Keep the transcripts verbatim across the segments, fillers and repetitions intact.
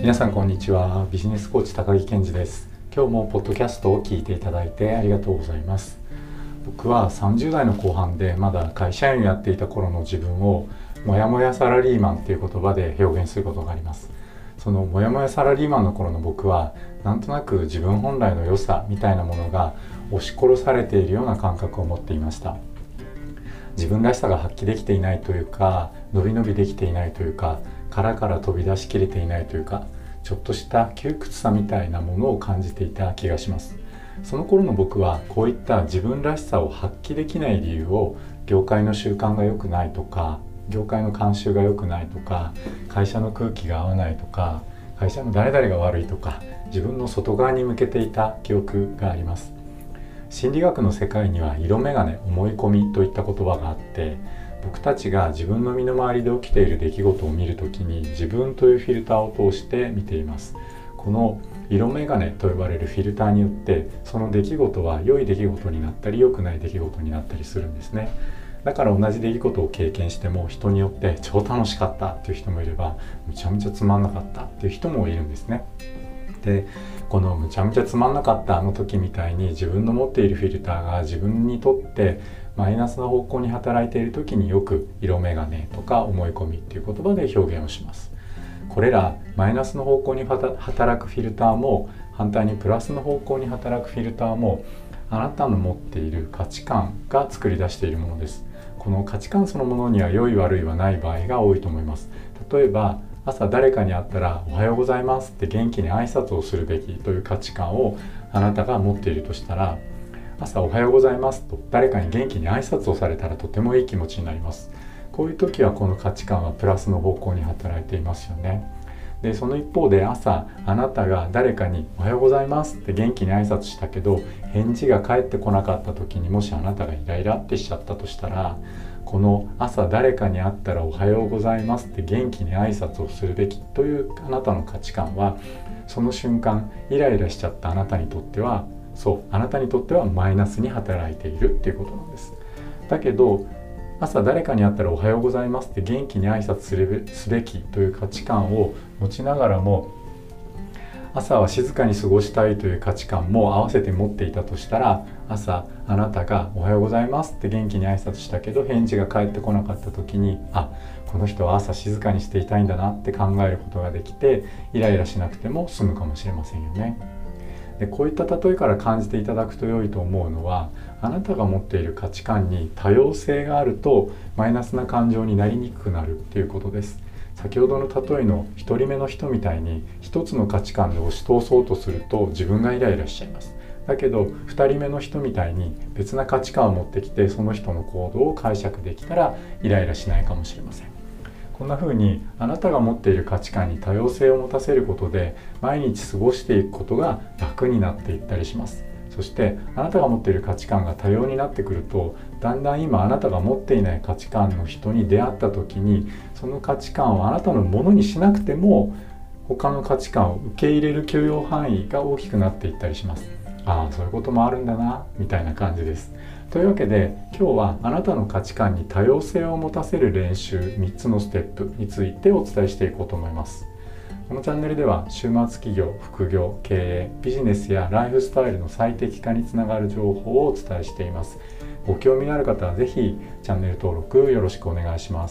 皆さんこんにちは。ビジネスコーチ高木健二です。今日もポッドキャストを聞いていただいてありがとうございます。僕はさんじゅう代の後半でまだ会社員をやっていた頃の自分をもやもやサラリーマンという言葉で表現することがあります。そのもやもやサラリーマンの頃の僕はなんとなく自分本来の良さみたいなものが押し殺されているような感覚を持っていました。自分らしさが発揮できていないというか、伸び伸びできていないというか、殻から飛び出しきれていないというか、ちょっとした窮屈さみたいなものを感じていた気がします。その頃の僕はこういった自分らしさを発揮できない理由を業界の習慣が良くないとか、業界の慣習が良くないとか、会社の空気が合わないとか、会社の誰々が悪いとか、自分の外側に向けていた記憶があります。心理学の世界には色眼鏡、思い込みといった言葉があって、僕たちが自分の身の回りで起きている出来事を見るときに自分というフィルターを通して見ています。この色眼鏡と呼ばれるフィルターによってその出来事は良い出来事になったり良くない出来事になったりするんですね。だから同じ出来事を経験しても人によって超楽しかったっていう人もいればむちゃむちゃつまんなかったっていう人もいるんですね。でこのむちゃむちゃつまんなかったあの時みたいに自分の持っているフィルターが自分にとってマイナスな方向に働いている時によく色眼鏡とか思い込みっていう言葉で表現をします。これらマイナスの方向に働くフィルターも反対にプラスの方向に働くフィルターもあなたの持っている価値観が作り出しているものです。この価値観そのものには良い悪いはない場合が多いと思います。例えば朝誰かに会ったらおはようございますって元気に挨拶をするべきという価値観をあなたが持っているとしたら、朝おはようございますと誰かに元気に挨拶をされたらとてもいい気持ちになります。こういう時はこの価値観はプラスの方向に働いていますよね。でその一方で朝あなたが誰かにおはようございますって元気に挨拶したけど返事が返ってこなかった時にもしあなたがイライラってしちゃったとしたら、この朝誰かに会ったらおはようございますって元気に挨拶をするべきというあなたの価値観はその瞬間イライラしちゃったあなたにとってはそうあなたにとってはマイナスに働いているっていうことなんです。だけど朝誰かに会ったらおはようございますって元気に挨拶するすべきという価値観を持ちながらも朝は静かに過ごしたいという価値観も合わせて持っていたとしたら、朝あなたがおはようございますって元気に挨拶したけど返事が返ってこなかった時に、あ、この人は朝静かにしていたいんだなって考えることができてイライラしなくても済むかもしれませんよね。でこういった例えから感じていただくと良いと思うのは、あなたが持っている価値観に多様性があるとマイナスな感情になりにくくなるということです。先ほどの例えの一人目の人みたいに一つの価値観で押し通そうとすると自分がイライラしちゃいます。だけど二人目の人みたいに別な価値観を持ってきてその人の行動を解釈できたらイライラしないかもしれません。こんな風にあなたが持っている価値観に多様性を持たせることで毎日過ごしていくことが楽になっていったりします。そしてあなたが持っている価値観が多様になってくると、だんだん今あなたが持っていない価値観の人に出会った時にその価値観をあなたのものにしなくても他の価値観を受け入れる許容範囲が大きくなっていったりします。ああ、そういうこともあるんだなみたいな感じです。というわけで今日はあなたの価値観に多様性を持たせる練習みっつのステップについてお伝えしていこうと思います。このチャンネルでは週末企業、副業、経営、ビジネスやライフスタイルの最適化につながる情報をお伝えしています。ご興味のある方はぜひチャンネル登録よろしくお願いします。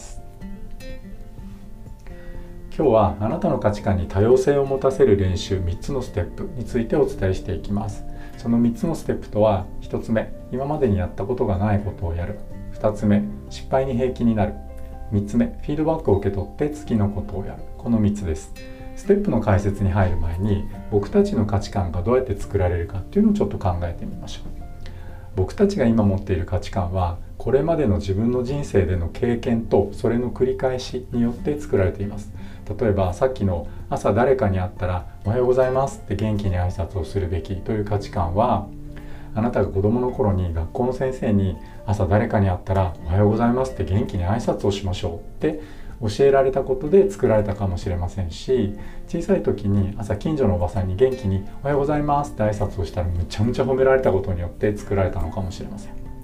今日はあなたの価値観に多様性を持たせる練習みっつのステップについてお伝えしていきます。そのみっつのステップとは、ひとつめ、今までにやったことがないことをやる。ふたつめ、失敗に平気になる。みっつめ、フィードバックを受け取って次のことをやる。このみっつです。ステップの解説に入る前に、僕たちの価値観がどうやって作られるかっていうのをちょっと考えてみましょう。僕たちが今持っている価値観は、これまでの自分の人生での経験とそれの繰り返しによって作られています。例えばさっきの朝誰かに会ったらおはようございますって元気に挨拶をするべきという価値観は、あなたが子供の頃に学校の先生に朝誰かに会ったらおはようございますって元気に挨拶をしましょうって教えられたことで作られたかもしれませんし、小さい時に朝近所のおばさんに元気におはようございますって挨拶をしたらむちゃむちゃ褒められたことによって作られたのかもしれません。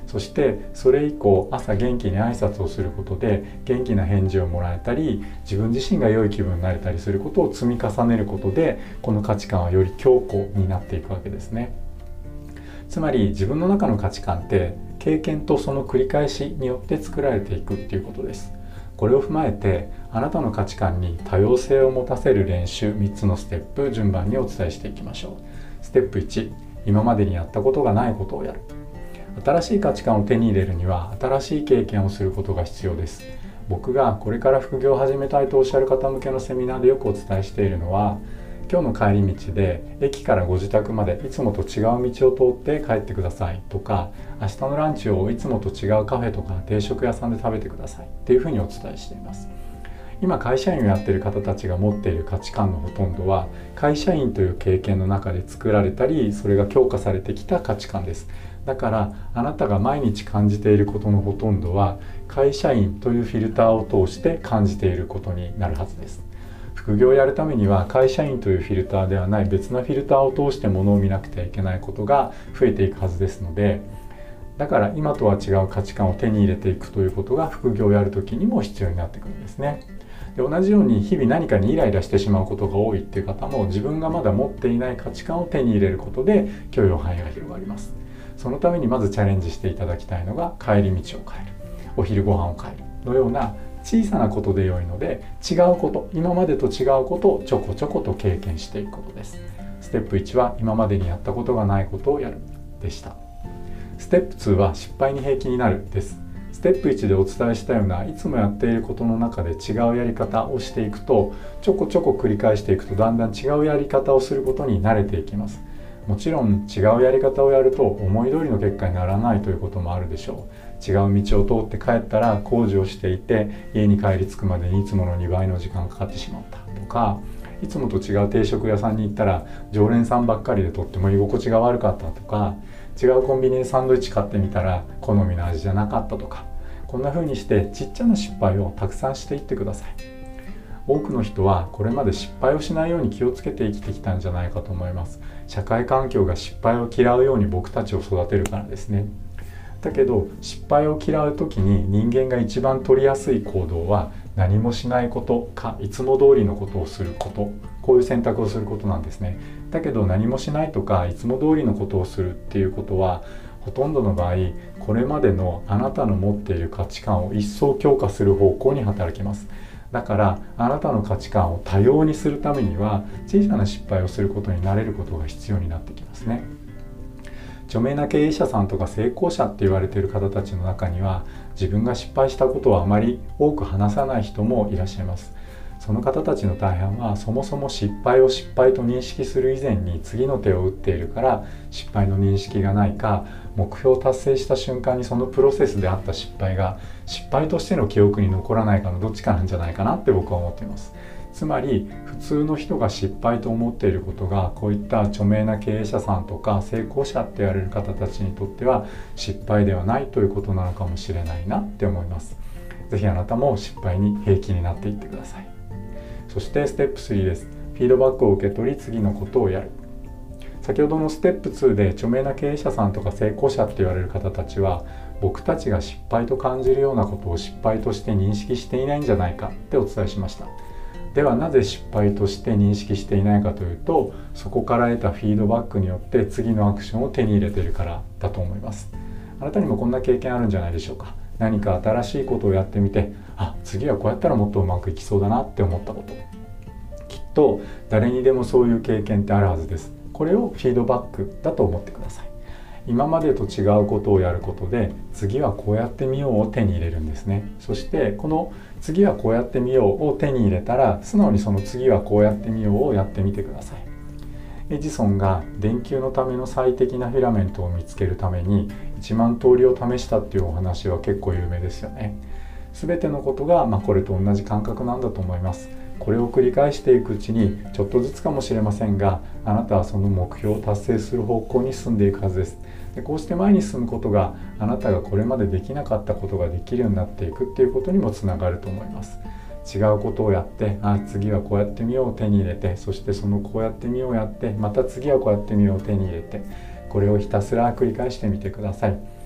そしてそれ以降朝元気に挨拶をすることで元気な返事をもらえたり、自分自身が良い気分になれたりすることを積み重ねることで、この価値観はより強固になっていくわけですね。つまり自分の中の価値観って経験とその繰り返しによって作られていくっていうことです。これを踏まえて、あなたの価値観に多様性を持たせる練習みっつのステップ、順番にお伝えしていきましょう。ステップいち、今までにやったことがないことをやる。新しい価値観を手に入れるには新しい経験をすることが必要です。僕がこれから副業を始めたいとおっしゃる方向けのセミナーでよくお伝えしているのは、今日の帰り道で駅からご自宅までいつもと違う道を通って帰ってくださいとか、明日のランチをいつもと違うカフェとか定食屋さんで食べてくださいっていうふうにお伝えしています。今会社員をやっている方たちが持っている価値観のほとんどは、会社員という経験の中で作られたり、それが強化されてきた価値観です。だからあなたが毎日感じていることのほとんどは、会社員というフィルターを通して感じていることになるはずです。副業をやるためには会社員というフィルターではない別なフィルターを通してものを見なくてはいけないことが増えていくはずですので、だから今とは違う価値観を手に入れていくということが副業をやるときにも必要になってくるんですね。で、同じように日々何かにイライラしてしまうことが多いっていう方も、自分がまだ持っていない価値観を手に入れることで許容範囲が広がります。そのためにまずチャレンジしていただきたいのが、帰り道を変える、お昼ご飯を変えるのような小さなことで良いので、違うこと、今までと違うことをちょこちょこと経験していくことです。ステップいちは今までにやったことがないことをやるでした。ステップには失敗に平気になるです。ステップいちでお伝えしたようないつもやっていることの中で違うやり方をしていくと、ちょこちょこ繰り返していくとだんだん違うやり方をすることに慣れていきます。もちろん違うやり方をやると思い通りの結果にならないということもあるでしょう。違う道を通って帰ったら工事をしていて、家に帰り着くまでにいつものにばいの時間がかかってしまったとか、いつもと違う定食屋さんに行ったら常連さんばっかりでとっても居心地が悪かったとか、違うコンビニでサンドイッチ買ってみたら好みの味じゃなかったとか、こんな風にしてちっちゃな失敗をたくさんしていってください。多くの人はこれまで失敗をしないように気をつけて生きてきたんじゃないかと思います。社会環境が失敗を嫌うように僕たちを育てるからですね。だけど失敗を嫌う時に人間が一番取りやすい行動は、何もしないことかいつも通りのことをすること、こういう選択をすることなんですね。だけど何もしないとかいつも通りのことをするっていうことは、ほとんどの場合これまでのあなたの持っている価値観を一層強化する方向に働きます。だからあなたの価値観を多様にするためには、小さな失敗をすることに慣れることが必要になってきますね。著名な経営者さんとか成功者って言われている方たちの中には、自分が失敗したことをあまり多く話さない人もいらっしゃいます。その方たちの大半はそもそも失敗を失敗と認識する以前に次の手を打っているから、失敗の認識がないか、目標を達成した瞬間にそのプロセスであった失敗が失敗としての記憶に残らないかのどっちかなんじゃないかなって僕は思っています。つまり普通の人が失敗と思っていることが、こういった著名な経営者さんとか成功者って言われる方たちにとっては失敗ではないということなのかもしれないなって思います。ぜひあなたも失敗に平気になっていってください。そしてステップスリーです。フィードバックを受け取り次のことをやる。先ほどのステップツーで著名な経営者さんとか成功者って言われる方たちは、僕たちが失敗と感じるようなことを失敗として認識していないんじゃないかってお伝えしました。ではなぜ失敗として認識していないかというと、そこから得たフィードバックによって次のアクションを手に入れているからだと思います。あなたにもこんな経験あるんじゃないでしょうか。何か新しいことをやってみて、あ、次はこうやったらもっとうまくいきそうだなって思ったこと、きっと誰にでもそういう経験ってあるはずです。これをフィードバックだと思ってください。今までと違うことをやることで、次はこうやってみようを手に入れるんですね。そしてこの次はこうやってみようを手に入れたら、素直にその次はこうやってみようをやってみてください。エジソンが電球のための最適なフィラメントを見つけるためにいちまん通りを試したっていうお話は結構有名ですよね。全てのことが、まあ、これと同じ感覚なんだと思います。これを繰り返していくうちにちょっとずつかもしれませんが、あなたはその目標を達成する方向に進んでいくはずです。でこうして前に進むことが、あなたがこれまでできなかったことができるようになっていくっていうことにもつながると思います。違うことをやって、あ、次はこうやってみようを手に入れて、そしてそのこうやってみようをやって、また次はこうやってみようを手に入れて、これをひたすら繰り返してみてください。ス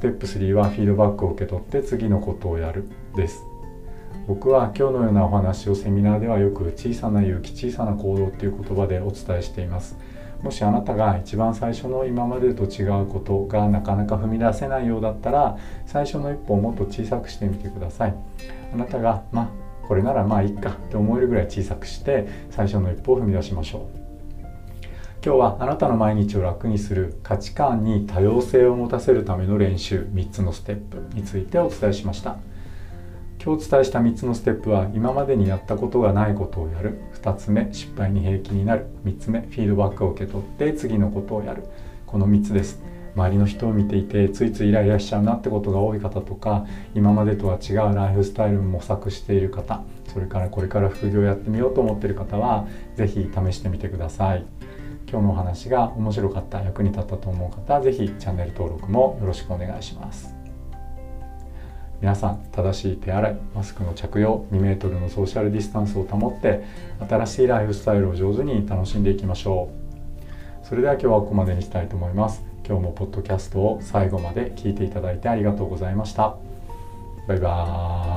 テップスリーはフィードバックを受け取って次のことをやるです。僕は今日のようなお話をセミナーではよく小さな勇気、小さな行動という言葉でお伝えしています。もしあなたが一番最初の今までと違うことがなかなか踏み出せないようだったら、最初の一歩をもっと小さくしてみてください。あなたがまあこれならまあいいかって思えるぐらい小さくして最初の一歩を踏み出しましょう。今日はあなたの毎日を楽にする価値観に多様性を持たせるための練習みっつのステップについてお伝えしました。今日お伝えしたみっつのステップは、今までにやったことがないことをやる、ふたつめ失敗に平気になる、みっつめフィードバックを受け取って次のことをやる、このみっつです。周りの人を見ていてついついイライラしちゃうなってことが多い方とか、今までとは違うライフスタイルを模索している方、それからこれから副業やってみようと思っている方はぜひ試してみてください。今日のお話が面白かった、役に立ったと思う方はぜひチャンネル登録もよろしくお願いします。皆さん、正しい手洗い、マスクの着用、にメートルのソーシャルディスタンスを保って新しいライフスタイルを上手に楽しんでいきましょう。それでは今日はここまでにしたいと思います。今日もポッドキャストを最後まで聞いていただいてありがとうございました。バイバーイ。